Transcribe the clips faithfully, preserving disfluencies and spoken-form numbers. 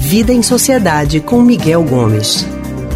Vida em Sociedade com Miguel Gomes.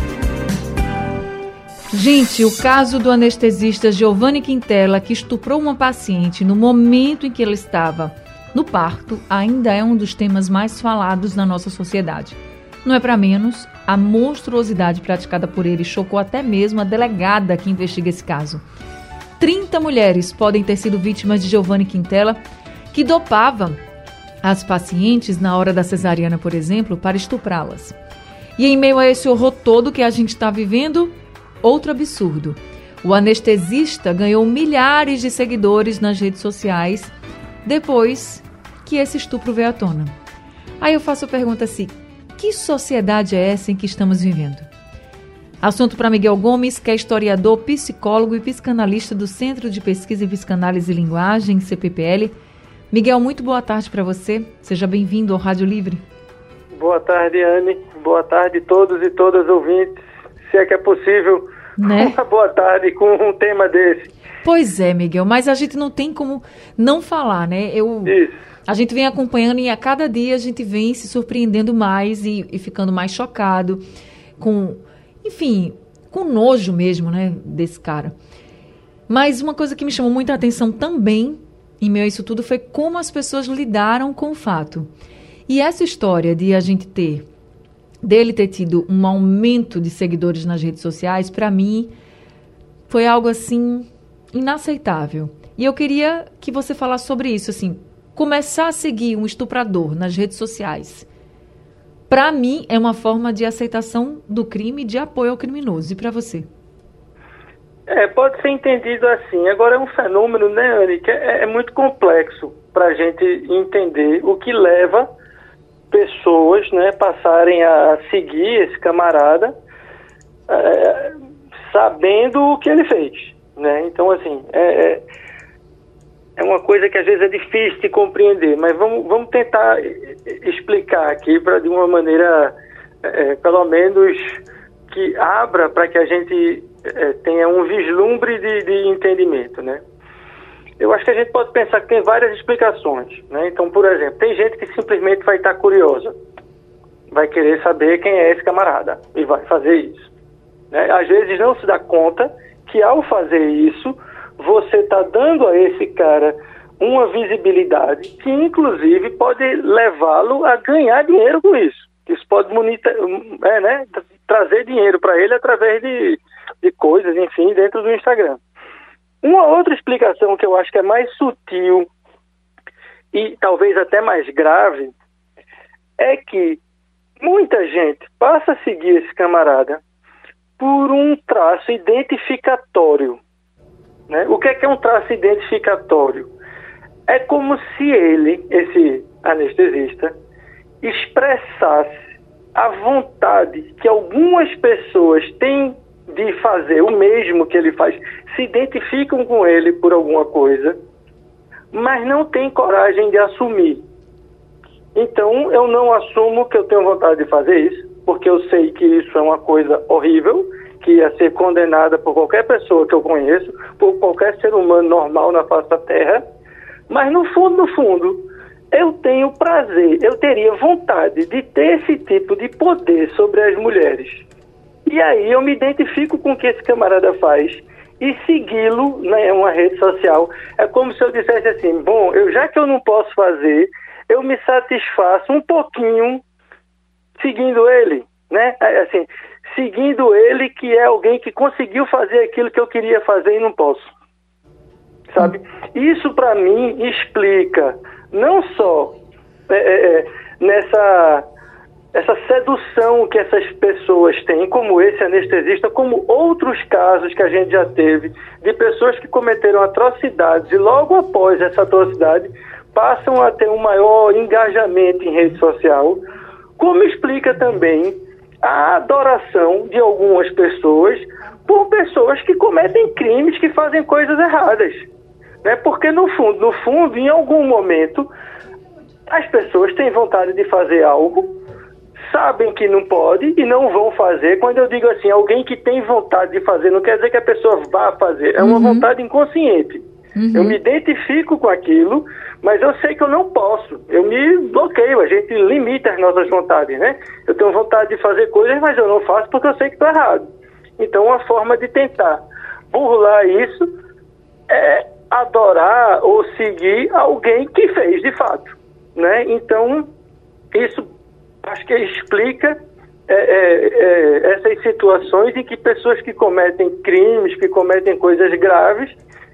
Gente, o caso do anestesista Giovanni Quintela, que estuprou uma paciente no momento em que ela estava no parto, ainda é um dos temas mais falados na nossa sociedade. Não é para menos, a monstruosidade praticada por ele chocou até mesmo a delegada que investiga esse caso. trinta mulheres podem ter sido vítimas de Giovanni Quintela, que dopava as pacientes na hora da cesariana, por exemplo, para estuprá-las. E em meio a esse horror todo que a gente está vivendo, outro absurdo. O anestesista ganhou milhares de seguidores nas redes sociais depois que esse estupro veio à tona. Aí eu faço a pergunta assim, que sociedade é essa em que estamos vivendo? Assunto para Miguel Gomes, que é historiador, psicólogo e psicanalista do Centro de Pesquisa em Psicanálise e Linguagem, C P P L. Miguel, muito boa tarde para você. Seja bem-vindo ao Rádio Livre. Boa tarde, Anne. Boa tarde a todos e todas ouvintes. Se é que é possível, né? Uma boa tarde com um tema desse. Pois é, Miguel, mas a gente não tem como não falar, né? Eu, Isso. A gente vem acompanhando e a cada dia a gente vem se surpreendendo mais e, e ficando mais chocado com, enfim, com nojo mesmo, né, desse cara. Mas uma coisa que me chamou muita atenção também, em meio a isso tudo, foi como as pessoas lidaram com o fato. E essa história de a gente ter, dele ter tido um aumento de seguidores nas redes sociais, para mim, foi algo assim inaceitável. E eu queria que você falasse sobre isso, assim, começar a seguir um estuprador nas redes sociais, para mim, é uma forma de aceitação do crime e de apoio ao criminoso. E para você? É, pode ser entendido assim. Agora é um fenômeno, né, Anny, que é, é muito complexo para a gente entender o que leva pessoas, né, passarem a seguir esse camarada é, sabendo o que ele fez, né? Então, assim, é, é, é uma coisa que às vezes é difícil de compreender, mas vamos, vamos tentar explicar aqui para de uma maneira, é, pelo menos, que abra para que a gente é, tenha um vislumbre de, de entendimento, né? Eu acho que a gente pode pensar que tem várias explicações, né? Então, por exemplo, tem gente que simplesmente vai estar curiosa, vai querer saber quem é esse camarada e vai fazer isso, né? Às vezes não se dá conta que ao fazer isso, você está dando a esse cara uma visibilidade que, inclusive, pode levá-lo a ganhar dinheiro com isso. Isso pode monita- é, né? trazer dinheiro para ele através de, de coisas, enfim, dentro do Instagram. Uma outra explicação que eu acho que é mais sutil e talvez até mais grave é que muita gente passa a seguir esse camarada por um traço identificatório, né? O que é que é um traço identificatório? É como se ele, esse anestesista, expressasse a vontade que algumas pessoas têm de fazer o mesmo que ele faz, se identificam com ele por alguma coisa, mas não têm coragem de assumir. Então, eu não assumo que eu tenho vontade de fazer isso, porque eu sei que isso é uma coisa horrível, que ia ser condenada por qualquer pessoa que eu conheço, por qualquer ser humano normal na face da Terra, mas no fundo, no fundo, eu tenho prazer, eu teria vontade de ter esse tipo de poder sobre as mulheres. E aí eu me identifico com o que esse camarada faz e segui-lo em uma rede social. É como se eu dissesse assim, bom, eu, já que eu não posso fazer, eu me satisfaço um pouquinho seguindo ele, né? Assim, seguindo ele, que é alguém que conseguiu fazer aquilo que eu queria fazer e não posso. Sabe? Isso, para mim, explica não só é, é, nessa essa sedução que essas pessoas têm, como esse anestesista, como outros casos que a gente já teve, de pessoas que cometeram atrocidades e logo após essa atrocidade passam a ter um maior engajamento em rede social, como explica também a adoração de algumas pessoas por pessoas que cometem crimes, que fazem coisas erradas, né? Porque no fundo, no fundo, em algum momento, as pessoas têm vontade de fazer algo, sabem que não pode e não vão fazer. Quando eu digo assim, alguém que tem vontade de fazer, não quer dizer que a pessoa vá fazer, é uma uhum. vontade inconsciente. Uhum. Eu me identifico com aquilo, Mas eu sei que eu não posso, eu me bloqueio, a gente limita as nossas vontades, né? Eu tenho vontade de fazer coisas, mas eu não faço porque eu sei que estou errado. Então, uma forma de tentar burlar isso é adorar ou seguir alguém que fez de fato, né? Então, isso acho que explica é, é, é, essas situações em que pessoas que cometem crimes, que cometem coisas graves,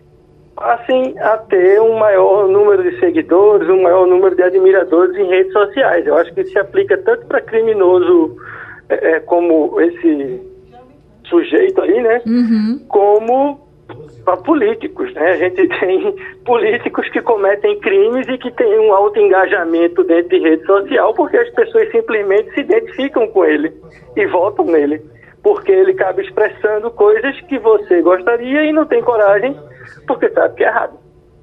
passem a ter um maior número de seguidores, um maior número de admiradores em redes sociais. Eu acho que isso se aplica tanto para criminoso é, como esse sujeito aí, né? Uhum. Como para políticos, né? A gente tem políticos que cometem crimes e que têm um alto engajamento dentro de rede social porque as pessoas simplesmente se identificam com ele e votam nele, porque ele acaba expressando coisas que você gostaria e não tem coragem porque sabe que é errado.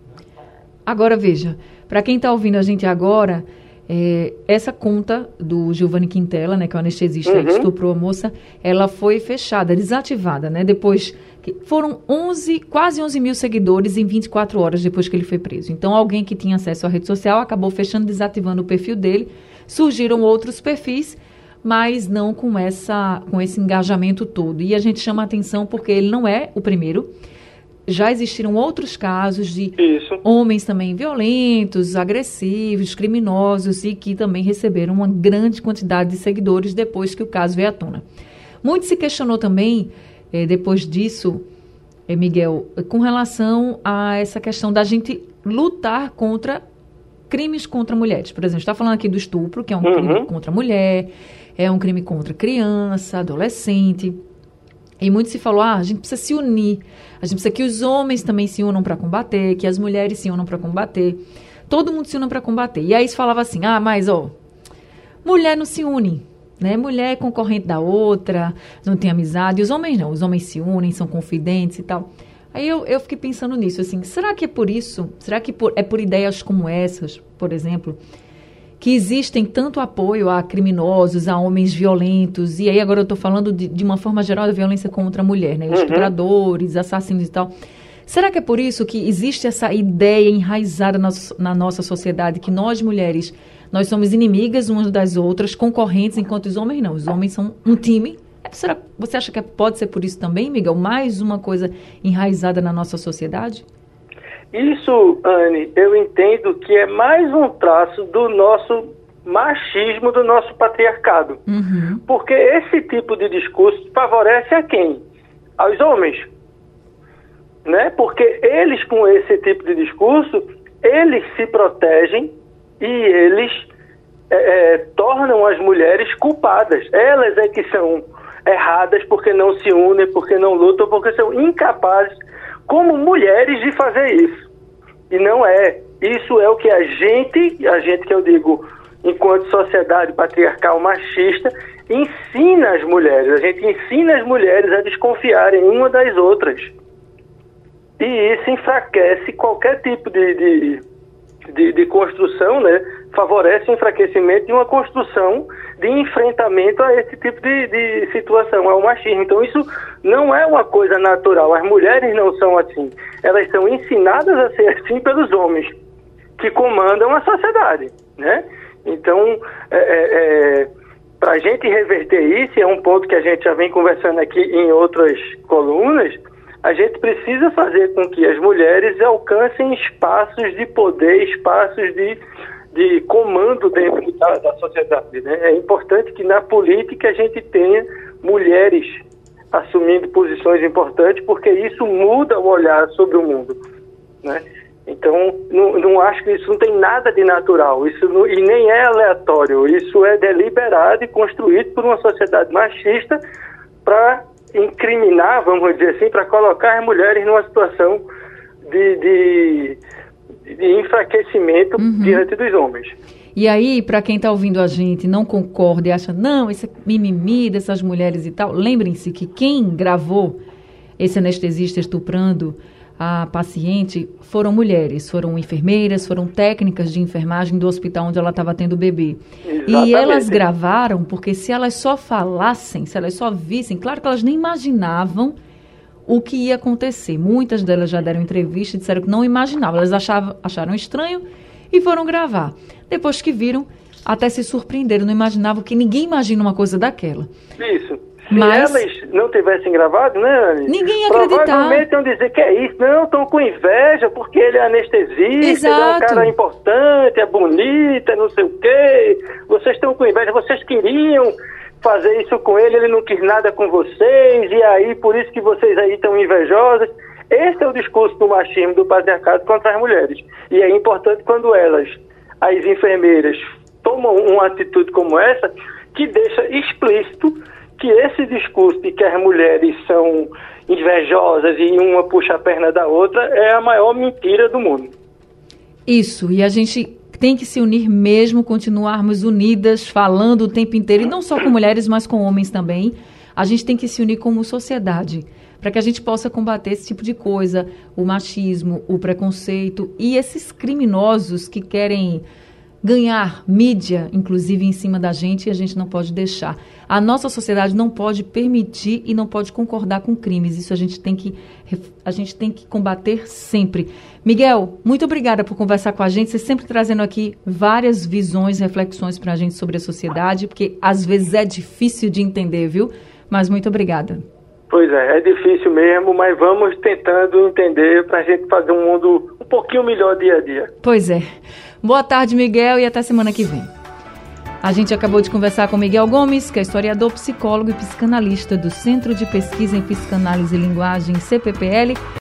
Agora veja, para quem está ouvindo a gente agora, é, essa conta do Giovanni Quintela, né, que é o anestesista uhum. que estuprou a moça, ela foi fechada, desativada, né? Depois que foram onze, quase onze mil seguidores em vinte e quatro horas depois que ele foi preso. Então, alguém que tinha acesso à rede social acabou fechando, desativando o perfil dele. Surgiram outros perfis, mas não com, essa, com esse engajamento todo. E a gente chama a atenção porque ele não é o primeiro. Já existiram outros casos de Isso. homens também violentos, agressivos, criminosos e que também receberam uma grande quantidade de seguidores depois que o caso veio à tona. Muito se questionou também, eh, depois disso, eh, Miguel, com relação a essa questão da gente lutar contra crimes contra mulheres. Por exemplo, está falando aqui do estupro, que é um uhum. crime contra a mulher, é um crime contra criança, adolescente. E muito se falou, ah, a gente precisa se unir, a gente precisa que os homens também se unam para combater, que as mulheres se unam para combater, todo mundo se una para combater. E aí se falava assim, ah, mas, ó, mulher não se une, né? Mulher é concorrente da outra, não tem amizade, e os homens não, os homens se unem, são confidentes e tal. Aí eu, eu fiquei pensando nisso, assim, será que é por isso, será que por, é por ideias como essas, por exemplo, que existem tanto apoio a criminosos, a homens violentos, e aí agora eu estou falando de, de uma forma geral da violência contra a mulher, né? Estupradores, uhum. assassinos e tal. Será que é por isso que existe essa ideia enraizada na, na nossa sociedade, que nós mulheres, nós somos inimigas umas das outras, concorrentes, enquanto os homens não, os homens são um time? Será, você acha que pode ser por isso também, Miguel? Mais uma coisa enraizada na nossa sociedade? Isso, Anne, eu entendo que é mais um traço do nosso machismo, do nosso patriarcado. Uhum. Porque esse tipo de discurso favorece a quem? Aos homens. Né? Porque eles, com esse tipo de discurso, eles se protegem e eles é, é, tornam as mulheres culpadas. Elas é que são erradas porque não se unem, porque não lutam, porque são incapazes como mulheres de fazer isso. E não é. Isso é o que a gente, a gente que eu digo, enquanto sociedade patriarcal machista, ensina as mulheres. A gente ensina as mulheres a desconfiarem uma das outras. E isso enfraquece qualquer tipo de, de, de, de construção, né? Favorece o enfraquecimento de uma construção de enfrentamento a esse tipo de, de situação, ao machismo. Então isso não é uma coisa natural. As mulheres não são assim. Elas são ensinadas a ser assim pelos homens que comandam a sociedade, né? Então, é, é, para a gente reverter isso, é um ponto que a gente já vem conversando aqui em outras colunas, a gente precisa fazer com que as mulheres alcancem espaços de poder, espaços de de comando dentro da, da sociedade, né? É importante que na política a gente tenha mulheres assumindo posições importantes, porque isso muda o olhar sobre o mundo, né? Então, não, não acho que isso não tem nada de natural, isso não, e nem é aleatório, isso é deliberado e construído por uma sociedade machista para incriminar, vamos dizer assim, para colocar as mulheres numa situação de... de de enfraquecimento uhum. diante dos homens. E aí, para quem está ouvindo a gente, não concorda e acha, não, esse é mimimi dessas mulheres e tal, lembrem-se que quem gravou esse anestesista estuprando a paciente foram mulheres, foram enfermeiras, foram técnicas de enfermagem do hospital onde ela estava tendo bebê. Exatamente. E elas gravaram porque se elas só falassem, se elas só vissem, claro que elas nem imaginavam o que ia acontecer. Muitas delas já deram entrevista e disseram que não imaginavam. Elas achavam, acharam estranho e foram gravar. Depois que viram, até se surpreenderam, não imaginavam, que ninguém imagina uma coisa daquela. Isso. Se Mas elas não tivessem gravado, né, Anny? Ninguém ia acreditar. Provavelmente iam dizer que é isso. Não, estão com inveja porque ele é anestesista, ele é um cara importante, é bonito, é não sei o quê. Vocês estão com inveja, vocês queriam fazer isso com ele, ele não quis nada com vocês, e aí por isso que vocês aí estão invejosas. Esse é o discurso do machismo, do patriarcado contra as mulheres. E é importante quando elas, as enfermeiras, tomam uma atitude como essa, que deixa explícito que esse discurso de que as mulheres são invejosas e uma puxa a perna da outra é a maior mentira do mundo. Isso, e a gente tem que se unir mesmo, continuarmos unidas, falando o tempo inteiro, e não só com mulheres, mas com homens também. A gente tem que se unir como sociedade, para que a gente possa combater esse tipo de coisa, o machismo, o preconceito e esses criminosos que querem ganhar mídia, inclusive, em cima da gente, e a gente não pode deixar. A nossa sociedade não pode permitir e não pode concordar com crimes. Isso a gente tem que, a gente tem que combater sempre. Miguel, muito obrigada por conversar com a gente. Você sempre trazendo aqui várias visões, reflexões para a gente sobre a sociedade, porque às vezes é difícil de entender, viu? Mas muito obrigada. Pois é, é difícil mesmo, mas vamos tentando entender para a gente fazer um mundo um pouquinho melhor dia a dia. Pois é. Boa tarde, Miguel, e até semana que vem. A gente acabou de conversar com Miguel Gomes, que é historiador, psicólogo e psicanalista do Centro de Pesquisa em Psicanálise e Linguagem, C P P L.